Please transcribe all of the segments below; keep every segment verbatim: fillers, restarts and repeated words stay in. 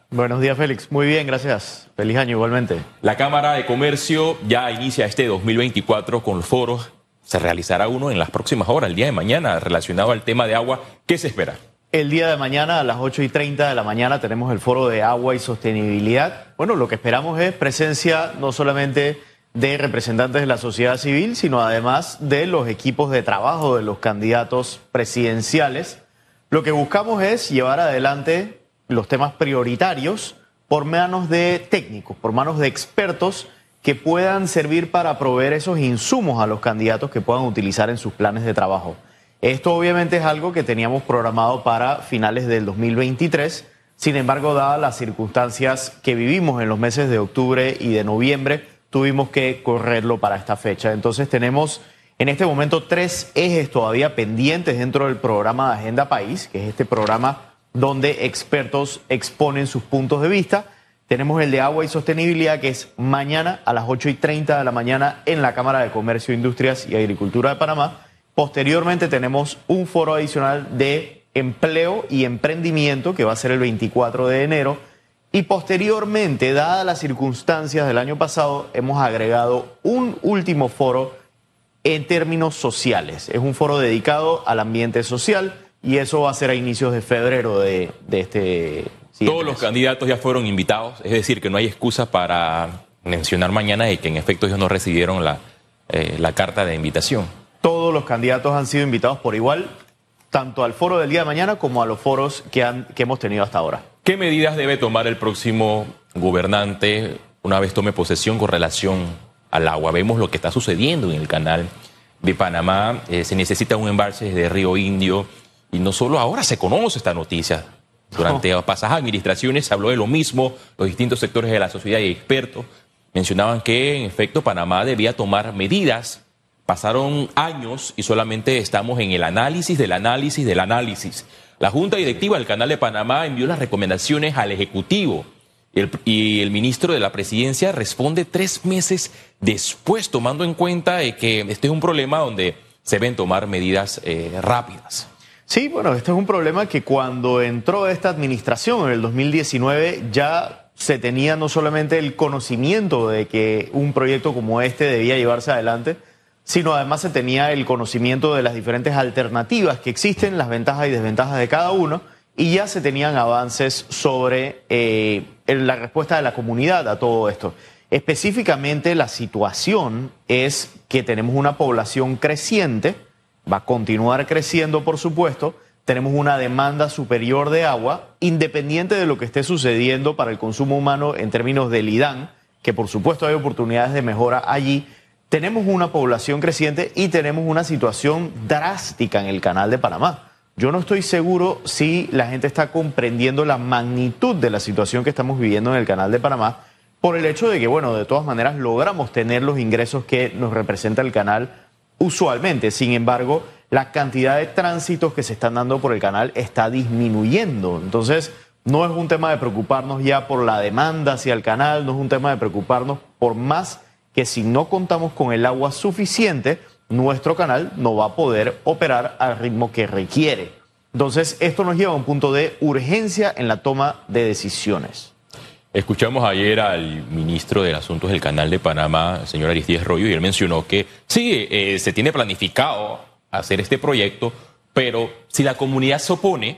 Buenos días, Félix. Muy bien, gracias. Feliz año igualmente. La Cámara de Comercio ya inicia este dos mil veinticuatro con los foros. Se realizará uno en las próximas horas, el día de mañana, relacionado al tema de agua. ¿Qué se espera? El día de mañana a las ocho y treinta de la mañana tenemos el foro de agua y sostenibilidad. Bueno, lo que esperamos es presencia no solamente de representantes de la sociedad civil, sino además de los equipos de trabajo de los candidatos presidenciales. Lo que buscamos es llevar adelante los temas prioritarios por manos de técnicos, por manos de expertos que puedan servir para proveer esos insumos a los candidatos que puedan utilizar en sus planes de trabajo. Esto obviamente es algo que teníamos programado para finales del dos mil veintitrés, sin embargo, dadas las circunstancias que vivimos en los meses de octubre y de noviembre, tuvimos que correrlo para esta fecha. Entonces tenemos en este momento tres ejes todavía pendientes dentro del programa de Agenda País, que es este programa donde expertos exponen sus puntos de vista. Tenemos el de agua y sostenibilidad, que es mañana a las ocho y treinta de la mañana en la Cámara de Comercio, Industrias y Agricultura de Panamá. Posteriormente tenemos un foro adicional de empleo y emprendimiento, que va a ser el veinticuatro de enero. Y posteriormente, dadas las circunstancias del año pasado, hemos agregado un último foro en términos sociales. Es un foro dedicado al ambiente social, y eso va a ser a inicios de febrero de, de este... Todos los candidatos ya fueron invitados, es decir, que no hay excusa para mencionar mañana de que en efecto ellos no recibieron la, eh, la carta de invitación. Todos los candidatos han sido invitados por igual, tanto al foro del día de mañana como a los foros que, han, que hemos tenido hasta ahora. ¿Qué medidas debe tomar el próximo gobernante una vez tome posesión con relación al agua? Vemos lo que está sucediendo en el canal de Panamá, eh, se necesita un embalse desde Río Indio. Y no solo ahora se conoce esta noticia. Durante oh. pasadas administraciones se habló de lo mismo. Los distintos sectores de la sociedad y expertos mencionaban que, en efecto, Panamá debía tomar medidas. Pasaron años y solamente estamos en el análisis del análisis del análisis. La Junta Directiva del Canal de Panamá envió las recomendaciones al Ejecutivo. Y el, y el ministro de la Presidencia responde tres meses después, tomando en cuenta de que este es un problema donde se deben tomar medidas eh, rápidas. Sí, bueno, este es un problema que cuando entró esta administración en el dos mil diecinueve ya se tenía no solamente el conocimiento de que un proyecto como este debía llevarse adelante, sino además se tenía el conocimiento de las diferentes alternativas que existen, las ventajas y desventajas de cada uno, y ya se tenían avances sobre eh, la respuesta de la comunidad a todo esto. Específicamente la situación es que tenemos una población creciente, va a continuar creciendo, por supuesto. Tenemos una demanda superior de agua, independiente de lo que esté sucediendo para el consumo humano en términos del IDAN, que por supuesto hay oportunidades de mejora allí. Tenemos una población creciente y tenemos una situación drástica en el Canal de Panamá. Yo no estoy seguro si la gente está comprendiendo la magnitud de la situación que estamos viviendo en el Canal de Panamá, por el hecho de que, bueno, de todas maneras logramos tener los ingresos que nos representa el canal usualmente. Sin embargo, la cantidad de tránsitos que se están dando por el canal está disminuyendo. Entonces, no es un tema de preocuparnos ya por la demanda hacia el canal, no es un tema de preocuparnos por más que si no contamos con el agua suficiente, nuestro canal no va a poder operar al ritmo que requiere. Entonces, esto nos lleva a un punto de urgencia en la toma de decisiones. Escuchamos ayer al ministro de Asuntos del Canal de Panamá, el señor Aristides Royo, y él mencionó que sí, eh, se tiene planificado hacer este proyecto, pero si la comunidad se opone,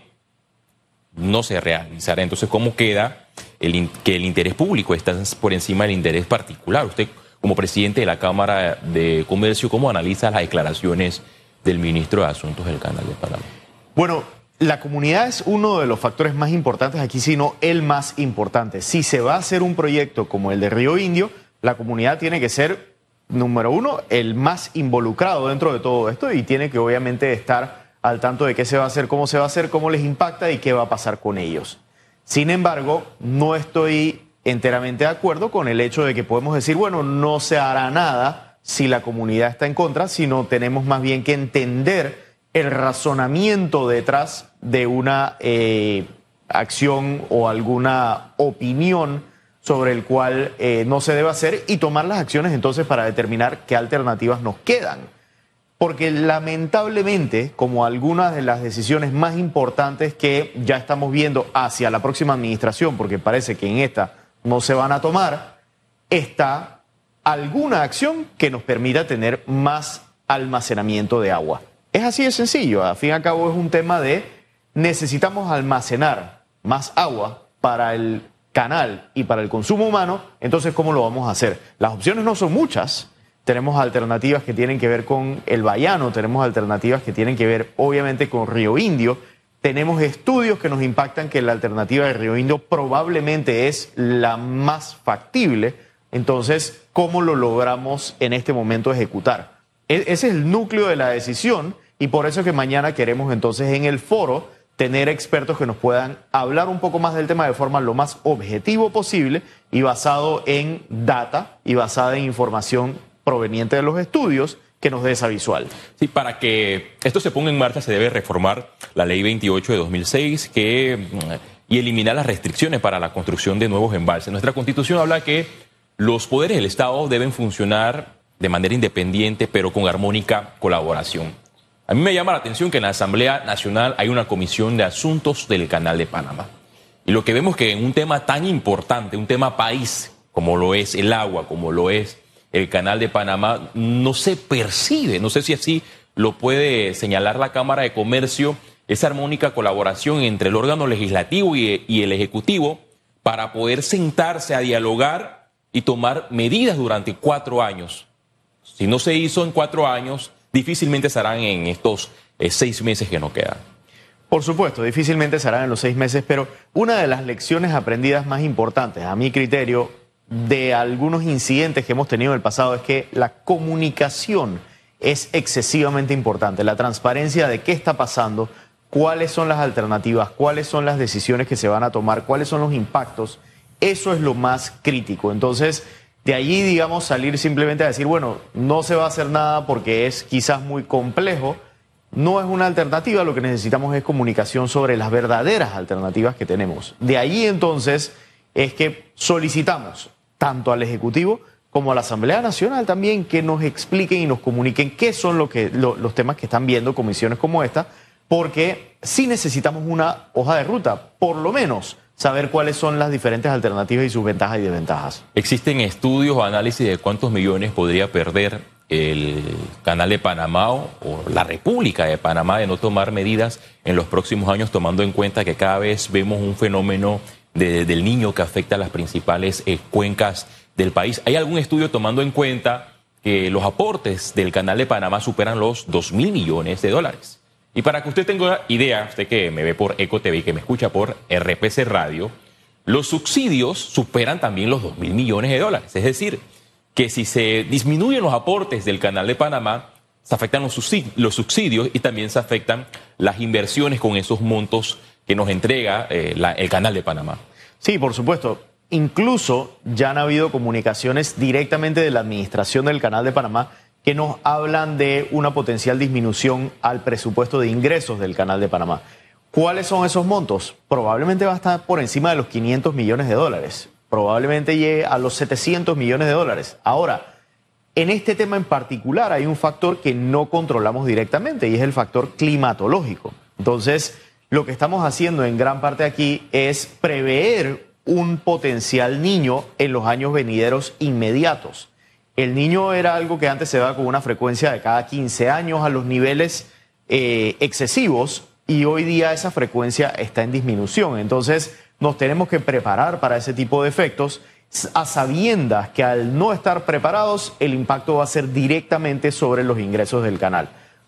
no se realizará. Entonces, ¿cómo queda el, que el interés público está por encima del interés particular? Usted, como presidente de la Cámara de Comercio, ¿cómo analiza las declaraciones del ministro de Asuntos del Canal de Panamá? Bueno, la comunidad es uno de los factores más importantes aquí, sino el más importante. Si se va a hacer un proyecto como el de Río Indio, la comunidad tiene que ser, número uno, el más involucrado dentro de todo esto y tiene que obviamente estar al tanto de qué se va a hacer, cómo se va a hacer, cómo les impacta y qué va a pasar con ellos. Sin embargo, no estoy enteramente de acuerdo con el hecho de que podemos decir, bueno, no se hará nada si la comunidad está en contra, sino tenemos más bien que entender el razonamiento detrás de una eh, acción o alguna opinión sobre el cual eh, no se debe hacer y tomar las acciones entonces para determinar qué alternativas nos quedan. Porque lamentablemente, como algunas de las decisiones más importantes que ya estamos viendo hacia la próxima administración, porque parece que en esta no se van a tomar, está alguna acción que nos permita tener más almacenamiento de agua. Es así de sencillo, al fin y al cabo es un tema de necesitamos almacenar más agua para el canal y para el consumo humano, entonces ¿cómo lo vamos a hacer? Las opciones no son muchas, tenemos alternativas que tienen que ver con el Baiano, tenemos alternativas que tienen que ver obviamente con Río Indio, tenemos estudios que nos impactan que la alternativa de Río Indio probablemente es la más factible, entonces ¿cómo lo logramos en este momento ejecutar? E- ese es el núcleo de la decisión y por eso es que mañana queremos entonces en el foro tener expertos que nos puedan hablar un poco más del tema de forma lo más objetivo posible y basado en data y basada en información proveniente de los estudios que nos dé esa visual. Sí, para que esto se ponga en marcha se debe reformar la ley veintiocho de dos mil seis que, y eliminar las restricciones para la construcción de nuevos embalses. Nuestra Constitución habla que los poderes del Estado deben funcionar de manera independiente pero con armónica colaboración. A mí me llama la atención que en la Asamblea Nacional hay una comisión de asuntos del Canal de Panamá. Y lo que vemos que en un tema tan importante, un tema país, como lo es el agua, como lo es el Canal de Panamá, no se percibe, no sé si así lo puede señalar la Cámara de Comercio, esa armónica colaboración entre el órgano legislativo y, y el ejecutivo para poder sentarse a dialogar y tomar medidas durante cuatro años. Si no se hizo en cuatro años, difícilmente se harán en estos eh, seis meses que nos quedan. Por supuesto, difícilmente se harán en los seis meses, pero una de las lecciones aprendidas más importantes, a mi criterio, de algunos incidentes que hemos tenido en el pasado es que la comunicación es excesivamente importante, la transparencia de qué está pasando, cuáles son las alternativas, cuáles son las decisiones que se van a tomar, cuáles son los impactos, eso es lo más crítico. Entonces, de allí, digamos, salir simplemente a decir, bueno, no se va a hacer nada porque es quizás muy complejo, no es una alternativa, lo que necesitamos es comunicación sobre las verdaderas alternativas que tenemos. De allí, entonces, es que solicitamos tanto al Ejecutivo como a la Asamblea Nacional también que nos expliquen y nos comuniquen qué son lo que, lo, los temas que están viendo comisiones como esta, porque sí necesitamos una hoja de ruta, por lo menos saber cuáles son las diferentes alternativas y sus ventajas y desventajas. ¿Existen estudios o análisis de cuántos millones podría perder el Canal de Panamá o la República de Panamá de no tomar medidas en los próximos años, tomando en cuenta que cada vez vemos un fenómeno de, del niño que afecta a las principales eh, cuencas del país? ¿Hay algún estudio tomando en cuenta que los aportes del Canal de Panamá superan los dos mil millones de dólares? Y para que usted tenga idea, usted que me ve por Eco T V y que me escucha por R P C Radio, los subsidios superan también los dos mil millones de dólares. Es decir, que si se disminuyen los aportes del Canal de Panamá, se afectan los subsidios y también se afectan las inversiones con esos montos que nos entrega eh, la, el Canal de Panamá. Sí, por supuesto. Incluso ya han habido comunicaciones directamente de la administración del Canal de Panamá que nos hablan de una potencial disminución al presupuesto de ingresos del Canal de Panamá. ¿Cuáles son esos montos? Probablemente va a estar por encima de los quinientos millones de dólares. Probablemente llegue a los setecientos millones de dólares. Ahora, en este tema en particular hay un factor que no controlamos directamente y es el factor climatológico. Entonces, lo que estamos haciendo en gran parte aquí es prever un potencial niño en los años venideros inmediatos. El niño era algo que antes se daba con una frecuencia de cada quince años a los niveles eh, excesivos y hoy día esa frecuencia está en disminución. Entonces nos tenemos que preparar para ese tipo de efectos a sabiendas que al no estar preparados el impacto va a ser directamente sobre los ingresos del canal.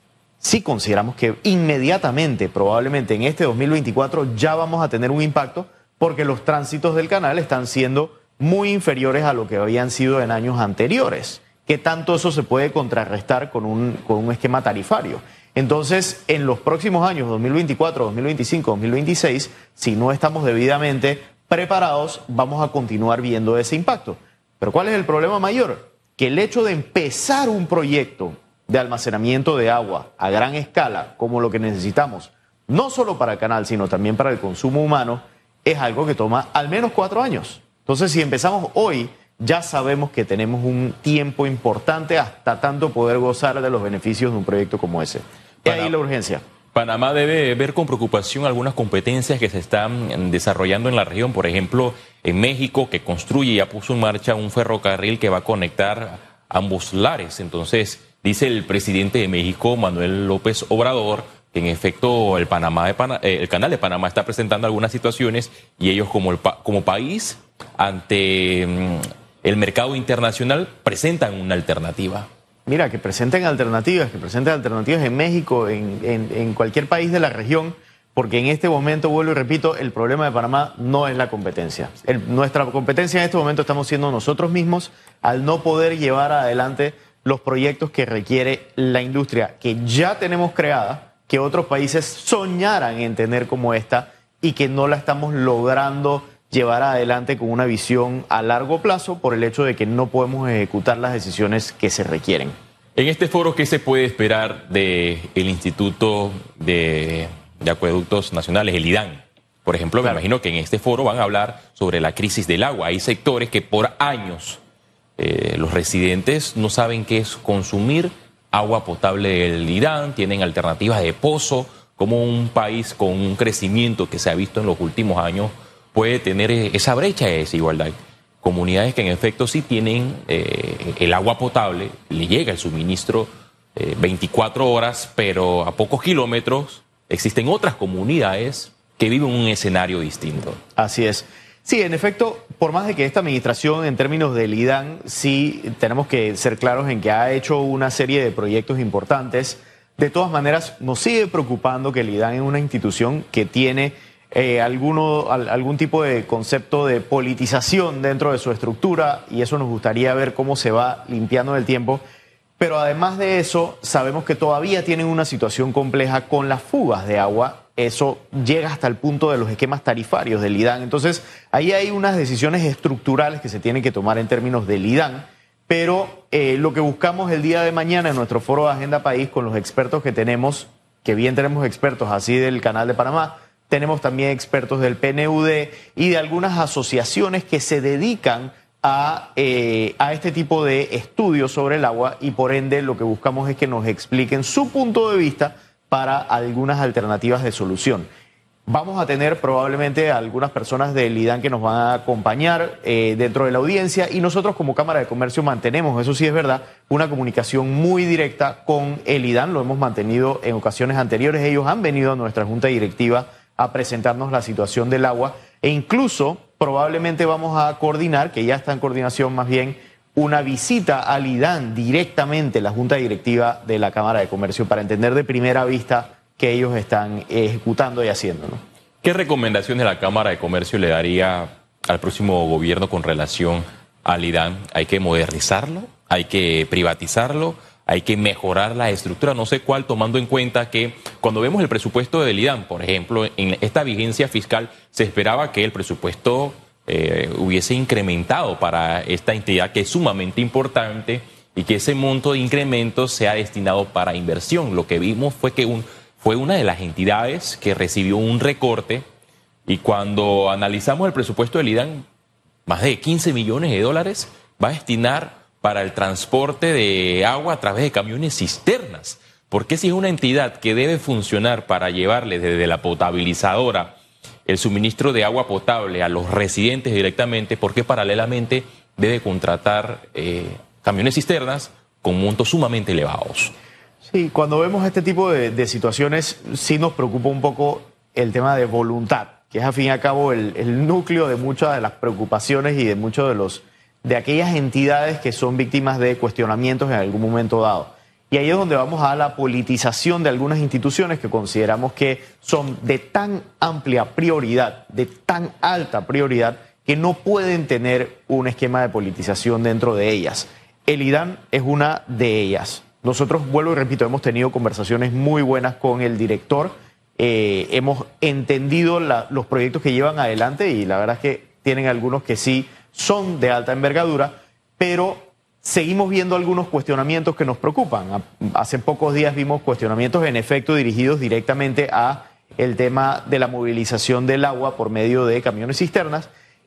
Sí consideramos que inmediatamente, probablemente en este dos mil veinticuatro ya vamos a tener un impacto porque los tránsitos del canal están siendo muy inferiores a lo que habían sido en años anteriores. ¿Qué tanto eso se puede contrarrestar con un, con un esquema tarifario? Entonces, en los próximos años, dos mil veinticuatro, dos mil veinticinco, dos mil veintiséis, si no estamos debidamente preparados, vamos a continuar viendo ese impacto. Pero ¿cuál es el problema mayor? Que el hecho de empezar un proyecto de almacenamiento de agua a gran escala, como lo que necesitamos, no solo para el canal, sino también para el consumo humano, es algo que toma al menos cuatro años. Entonces, si empezamos hoy, ya sabemos que tenemos un tiempo importante hasta tanto poder gozar de los beneficios de un proyecto como ese. Y ahí la urgencia. Panamá debe ver con preocupación algunas competencias que se están desarrollando en la región. Por ejemplo, en México, que construye y ya puso en marcha un ferrocarril que va a conectar ambos lares. Entonces, dice el presidente de México, Manuel López Obrador, que en efecto el, Panamá de Pana, eh, el canal de Panamá está presentando algunas situaciones y ellos como, el, como país, ante mm, el mercado internacional, presentan una alternativa. Mira, que presenten alternativas, que presenten alternativas en México, en, en, en cualquier país de la región, porque en este momento, vuelvo y repito, el problema de Panamá no es la competencia. El, nuestra competencia en este momento estamos siendo nosotros mismos al no poder llevar adelante los proyectos que requiere la industria que ya tenemos creada, que otros países soñaran en tener como esta y que no la estamos logrando llevar adelante con una visión a largo plazo por el hecho de que no podemos ejecutar las decisiones que se requieren. En este foro, ¿qué se puede esperar del Instituto de, de Acueductos Nacionales, el IDAN? Por ejemplo, claro, me imagino que en este foro van a hablar sobre la crisis del agua. Hay sectores que por años eh, los residentes no saben qué es consumir agua potable del IDAN, tienen alternativas de pozo, como un país con un crecimiento que se ha visto en los últimos años puede tener esa brecha de desigualdad. Comunidades que en efecto sí tienen eh, el agua potable, le llega el suministro eh, veinticuatro horas, pero a pocos kilómetros existen otras comunidades que viven un escenario distinto. Así es. Sí, en efecto, por más de que esta administración en términos del IDAN, sí tenemos que ser claros en que ha hecho una serie de proyectos importantes, de todas maneras nos sigue preocupando que el IDAN es una institución que tiene Eh, alguno, al, algún tipo de concepto de politización dentro de su estructura y eso nos gustaría ver cómo se va limpiando en el tiempo. Pero además de eso, sabemos que todavía tienen una situación compleja con las fugas de agua. Eso llega hasta el punto de los esquemas tarifarios del IDAN. Entonces, ahí hay unas decisiones estructurales que se tienen que tomar en términos del IDAN. Pero eh, lo que buscamos el día de mañana en nuestro foro de Agenda País con los expertos que tenemos, que bien tenemos expertos así del Canal de Panamá, tenemos también expertos del P N U D y de algunas asociaciones que se dedican a, eh, a este tipo de estudios sobre el agua y por ende lo que buscamos es que nos expliquen su punto de vista para algunas alternativas de solución. Vamos a tener probablemente algunas personas del IDAN que nos van a acompañar eh, dentro de la audiencia y nosotros como Cámara de Comercio mantenemos, eso sí es verdad, una comunicación muy directa con el IDAN, lo hemos mantenido en ocasiones anteriores, ellos han venido a nuestra junta directiva a presentarnos la situación del agua e incluso probablemente vamos a coordinar, que ya está en coordinación más bien, una visita al IDAN directamente, la junta directiva de la Cámara de Comercio, para entender de primera vista que ellos están ejecutando y haciendo, ¿no? ¿Qué recomendaciones la Cámara de Comercio le daría al próximo gobierno con relación al IDAN? ¿Hay que modernizarlo? ¿Hay que privatizarlo? ¿Hay que mejorar la estructura? No sé cuál, tomando en cuenta que cuando vemos el presupuesto del IDAN, por ejemplo, en esta vigencia fiscal se esperaba que el presupuesto eh, hubiese incrementado para esta entidad que es sumamente importante y que ese monto de incremento sea destinado para inversión. Lo que vimos fue que un, fue una de las entidades que recibió un recorte y cuando analizamos el presupuesto del IDAN, más de quince millones de dólares va a destinar para el transporte de agua a través de camiones cisternas. Porque si es una entidad que debe funcionar para llevarle desde la potabilizadora el suministro de agua potable a los residentes directamente, ¿por qué paralelamente debe contratar eh, camiones cisternas con montos sumamente elevados? Sí, cuando vemos este tipo de, de situaciones sí nos preocupa un poco el tema de voluntad, que es al fin y al cabo el, el núcleo de muchas de las preocupaciones y de muchos de los de aquellas entidades que son víctimas de cuestionamientos en algún momento dado. Y ahí es donde vamos a la politización de algunas instituciones que consideramos que son de tan amplia prioridad, de tan alta prioridad, que no pueden tener un esquema de politización dentro de ellas. El IDAN es una de ellas. Nosotros, vuelvo y repito, hemos tenido conversaciones muy buenas con el director, eh, hemos entendido la, los proyectos que llevan adelante y la verdad es que tienen algunos que sí son de alta envergadura, pero seguimos viendo algunos cuestionamientos que nos preocupan. Hace pocos días vimos cuestionamientos en efecto dirigidos directamente a el tema de la movilización del agua por medio de camiones cisternas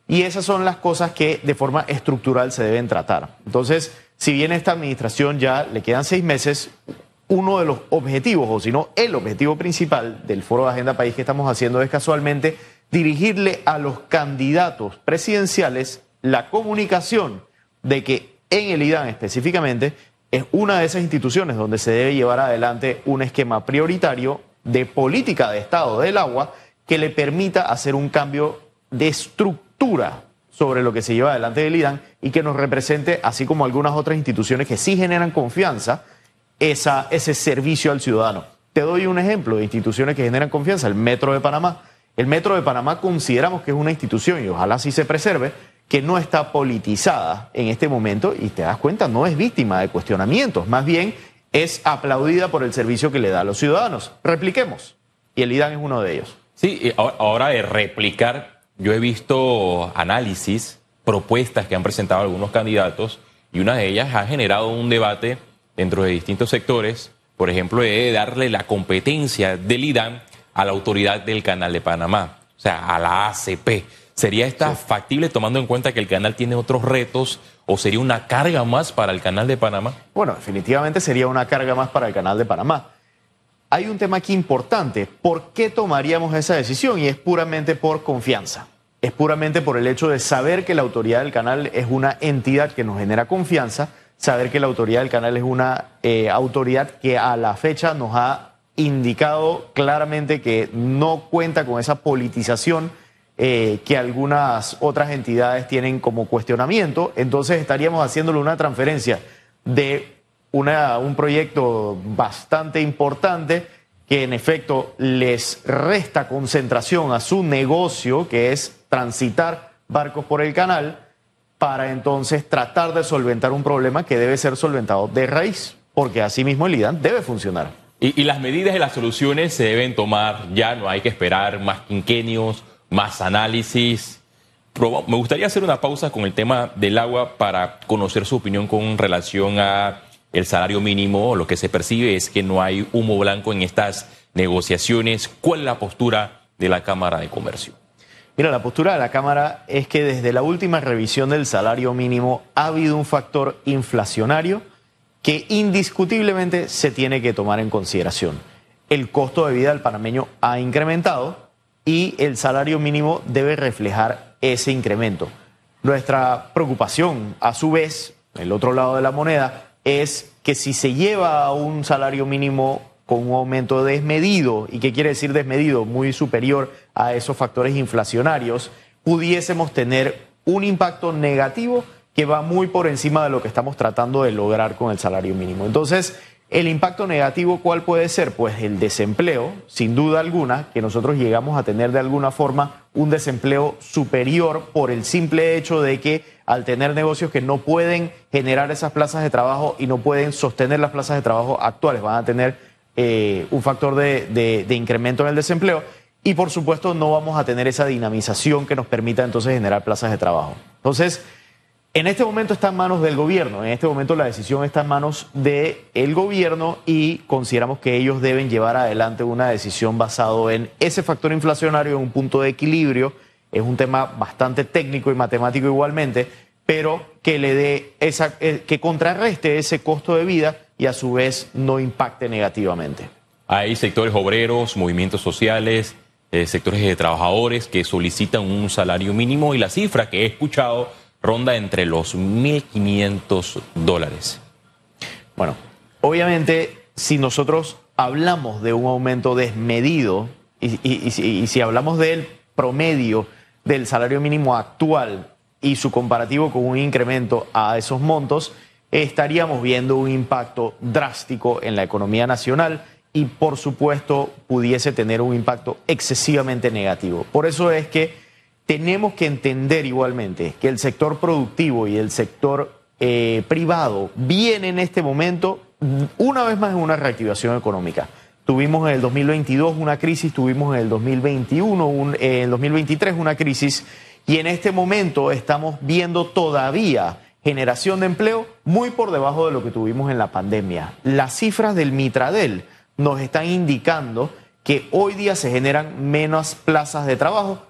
Y esas son las cosas que de forma estructural se deben tratar. Entonces, si bien esta administración ya le quedan seis meses, uno de los objetivos, o si no, el objetivo principal del Foro de Agenda País que estamos haciendo es casualmente dirigirle a los candidatos presidenciales la comunicación de que en el IDAN específicamente es una de esas instituciones donde se debe llevar adelante un esquema prioritario de política de Estado del agua que le permita hacer un cambio de estructura sobre lo que se lleva adelante del IDAN y que nos represente, así como algunas otras instituciones que sí generan confianza, esa, ese servicio al ciudadano. Te doy un ejemplo de instituciones que generan confianza, el Metro de Panamá. El Metro de Panamá consideramos que es una institución, y ojalá sí se preserve, que no está politizada en este momento y te das cuenta, no es víctima de cuestionamientos, más bien es aplaudida por el servicio que le da a los ciudadanos. Repliquemos, y el IDAN es uno de ellos. Sí, ahora de replicar, yo he visto análisis, propuestas que han presentado algunos candidatos y una de ellas ha generado un debate dentro de distintos sectores, por ejemplo, de darle la competencia del IDAN a la autoridad del Canal de Panamá, o sea, a la A C P. ¿Sería esta sí. factible tomando en cuenta que el canal tiene otros retos o sería una carga más para el Canal de Panamá? Bueno, definitivamente sería una carga más para el Canal de Panamá. Hay un tema aquí importante. ¿Por qué tomaríamos esa decisión? Y es puramente por confianza. Es puramente por el hecho de saber que la autoridad del canal es una entidad que nos genera confianza, saber que la autoridad del canal es una eh, autoridad que a la fecha nos ha indicado claramente que no cuenta con esa politización eh, que algunas otras entidades tienen como cuestionamiento. Entonces estaríamos haciéndole una transferencia de una, un proyecto bastante importante que en efecto les resta concentración a su negocio, que es transitar barcos por el canal, para entonces tratar de solventar un problema que debe ser solventado de raíz, porque así mismo el IDAN debe funcionar. Y, y las medidas y las soluciones se deben tomar ya, no hay que esperar más quinquenios, más análisis. Pero me gustaría hacer una pausa con el tema del agua para conocer su opinión con relación a el salario mínimo. Lo que se percibe es que no hay humo blanco en estas negociaciones. ¿Cuál es la postura de la Cámara de Comercio? Mira, la postura de la Cámara es que desde la última revisión del salario mínimo ha habido un factor inflacionario que indiscutiblemente se tiene que tomar en consideración. El costo de vida del panameño ha incrementado y el salario mínimo debe reflejar ese incremento. Nuestra preocupación, a su vez, el otro lado de la moneda, es que si se lleva a un salario mínimo con un aumento desmedido, ¿y qué quiere decir desmedido? Muy superior a esos factores inflacionarios, pudiésemos tener un impacto negativo que va muy por encima de lo que estamos tratando de lograr con el salario mínimo. Entonces, el impacto negativo, ¿cuál puede ser? Pues el desempleo, sin duda alguna, que nosotros llegamos a tener de alguna forma un desempleo superior por el simple hecho de que al tener negocios que no pueden generar esas plazas de trabajo y no pueden sostener las plazas de trabajo actuales, van a tener eh, un factor de, de, de incremento en el desempleo y por supuesto no vamos a tener esa dinamización que nos permita entonces generar plazas de trabajo. Entonces, en este momento está en manos del gobierno, en este momento la decisión está en manos del gobierno y consideramos que ellos deben llevar adelante una decisión basado en ese factor inflacionario, en un punto de equilibrio. Es un tema bastante técnico y matemático igualmente, pero que le dé esa, que contrarreste ese costo de vida y a su vez no impacte negativamente. Hay sectores obreros, movimientos sociales, eh, sectores de trabajadores que solicitan un salario mínimo y la cifra que he escuchado ronda entre los mil quinientos dólares. Bueno, obviamente, si nosotros hablamos de un aumento desmedido y, y, y, y si hablamos del promedio del salario mínimo actual y su comparativo con un incremento a esos montos, estaríamos viendo un impacto drástico en la economía nacional y, por supuesto, pudiese tener un impacto excesivamente negativo. Por eso es que tenemos que entender igualmente que el sector productivo y el sector eh, privado viene en este momento una vez más en una reactivación económica. Tuvimos en el dos mil veintidós una crisis, tuvimos en el dos mil veintiuno, un, eh, en el dos mil veintitrés una crisis y en este momento estamos viendo todavía generación de empleo muy por debajo de lo que tuvimos en la pandemia. Las cifras del Mitradel nos están indicando que hoy día se generan menos plazas de trabajo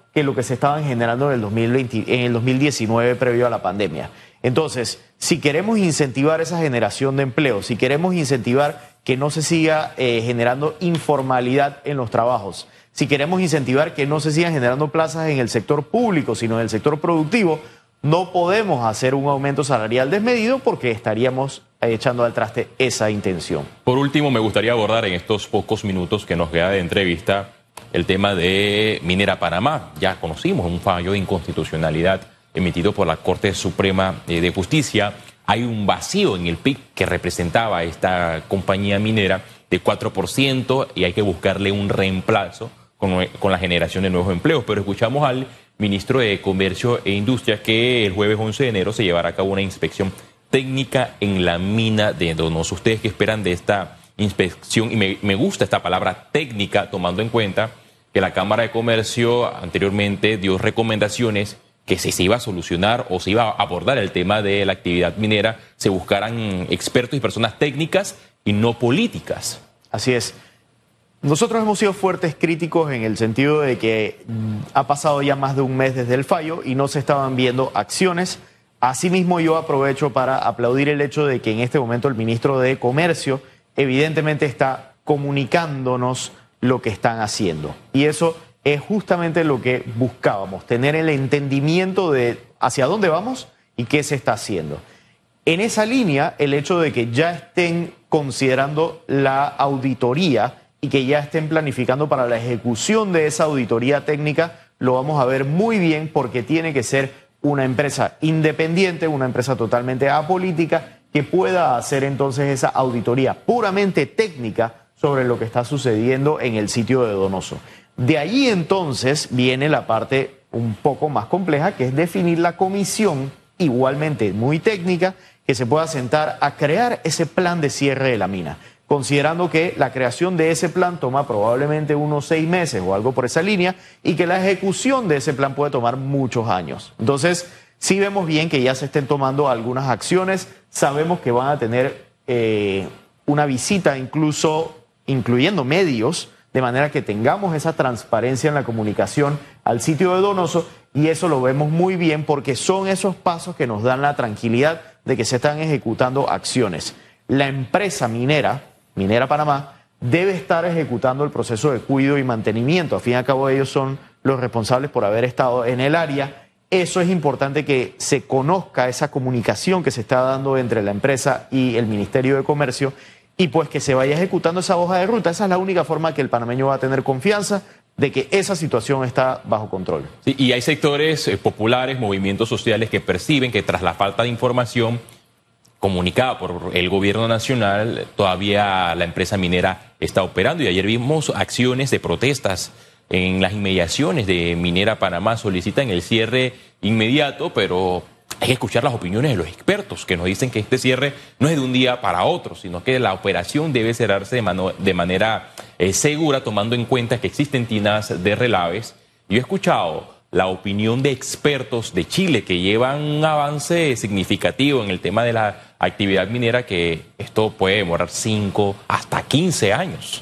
que lo que se estaban generando en el dos mil veinte, en el dos mil diecinueve previo a la pandemia. Entonces, si queremos incentivar esa generación de empleo, si queremos incentivar que no se siga eh, generando informalidad en los trabajos, si queremos incentivar que no se sigan generando plazas en el sector público, sino en el sector productivo, no podemos hacer un aumento salarial desmedido porque estaríamos echando al traste esa intención. Por último, me gustaría abordar en estos pocos minutos que nos queda de entrevista el tema de Minera Panamá. Ya conocimos un fallo de inconstitucionalidad emitido por la Corte Suprema de Justicia. Hay un vacío en el P I B que representaba esta compañía minera de cuatro por ciento y hay que buscarle un reemplazo con, con la generación de nuevos empleos. Pero escuchamos al ministro de Comercio e Industria que el jueves once de enero se llevará a cabo una inspección técnica en la mina de Donoso. ¿Ustedes qué esperan de esta inspección? Y me, me gusta esta palabra técnica, tomando en cuenta que la Cámara de Comercio anteriormente dio recomendaciones que si se iba a solucionar o se iba a abordar el tema de la actividad minera, se buscaran expertos y personas técnicas y no políticas. Así es. Nosotros hemos sido fuertes críticos en el sentido de que ha pasado ya más de un mes desde el fallo y no se estaban viendo acciones. Asimismo, yo aprovecho para aplaudir el hecho de que en este momento el ministro de Comercio evidentemente está comunicándonos lo que están haciendo. Y eso es justamente lo que buscábamos, tener el entendimiento de hacia dónde vamos y qué se está haciendo. En esa línea, el hecho de que ya estén considerando la auditoría y que ya estén planificando para la ejecución de esa auditoría técnica, lo vamos a ver muy bien porque tiene que ser una empresa independiente, una empresa totalmente apolítica que pueda hacer entonces esa auditoría puramente técnica sobre lo que está sucediendo en el sitio de Donoso. De allí entonces viene la parte un poco más compleja, que es definir la comisión, igualmente muy técnica, que se pueda sentar a crear ese plan de cierre de la mina, considerando que la creación de ese plan toma probablemente unos seis meses o algo por esa línea y que la ejecución de ese plan puede tomar muchos años. Entonces, sí vemos bien que ya se estén tomando algunas acciones, sabemos que van a tener eh, una visita incluso incluyendo medios, de manera que tengamos esa transparencia en la comunicación al sitio de Donoso, y eso lo vemos muy bien porque son esos pasos que nos dan la tranquilidad de que se están ejecutando acciones. La empresa minera, Minera Panamá, debe estar ejecutando el proceso de cuidado y mantenimiento. Al fin y al cabo ellos son los responsables por haber estado en el área. Eso es importante que se conozca esa comunicación que se está dando entre la empresa y el Ministerio de Comercio, y pues que se vaya ejecutando esa hoja de ruta. Esa es la única forma que el panameño va a tener confianza de que esa situación está bajo control. Sí, y hay sectores eh, populares, movimientos sociales que perciben que tras la falta de información comunicada por el gobierno nacional, todavía la empresa minera está operando. Y ayer vimos acciones de protestas en las inmediaciones de Minera Panamá. Solicitan el cierre inmediato, pero hay que escuchar las opiniones de los expertos que nos dicen que este cierre no es de un día para otro, sino que la operación debe cerrarse de, mano, de manera eh, segura, tomando en cuenta que existen tinas de relaves. Yo he escuchado la opinión de expertos de Chile que llevan un avance significativo en el tema de la actividad minera, que esto puede demorar cinco hasta quince años.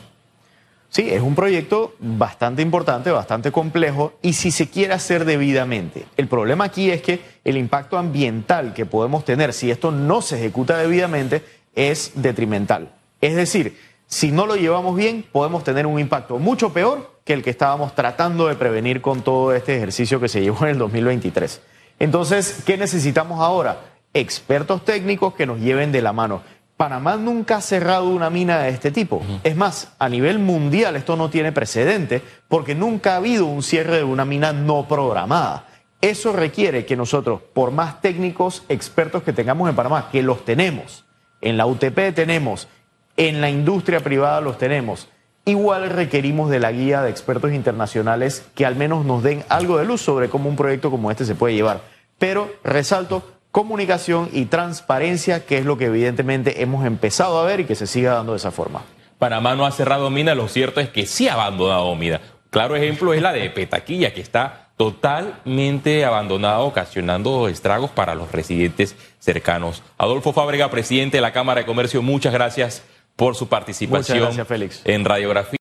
Sí, es un proyecto bastante importante, bastante complejo, y si se quiere hacer debidamente. El problema aquí es que el impacto ambiental que podemos tener si esto no se ejecuta debidamente es detrimental. Es decir, si no lo llevamos bien, podemos tener un impacto mucho peor que el que estábamos tratando de prevenir con todo este ejercicio que se llevó en el dos mil veintitrés. Entonces, ¿qué necesitamos ahora? Expertos técnicos que nos lleven de la mano. Panamá nunca ha cerrado una mina de este tipo. Uh-huh. Es más, a nivel mundial esto no tiene precedente porque nunca ha habido un cierre de una mina no programada. Eso requiere que nosotros, por más técnicos, expertos que tengamos en Panamá, que los tenemos, en la U T P tenemos, en la industria privada los tenemos, igual requerimos de la guía de expertos internacionales que al menos nos den algo de luz sobre cómo un proyecto como este se puede llevar. Pero, resalto, comunicación y transparencia, que es lo que evidentemente hemos empezado a ver y que se siga dando de esa forma. Panamá no ha cerrado mina, lo cierto es que sí ha abandonado mina. Claro ejemplo es la de Petaquilla, que está totalmente abandonada, ocasionando estragos para los residentes cercanos. Adolfo Fábrega, presidente de la Cámara de Comercio, muchas gracias por su participación. Muchas gracias, Félix. En Radiografía.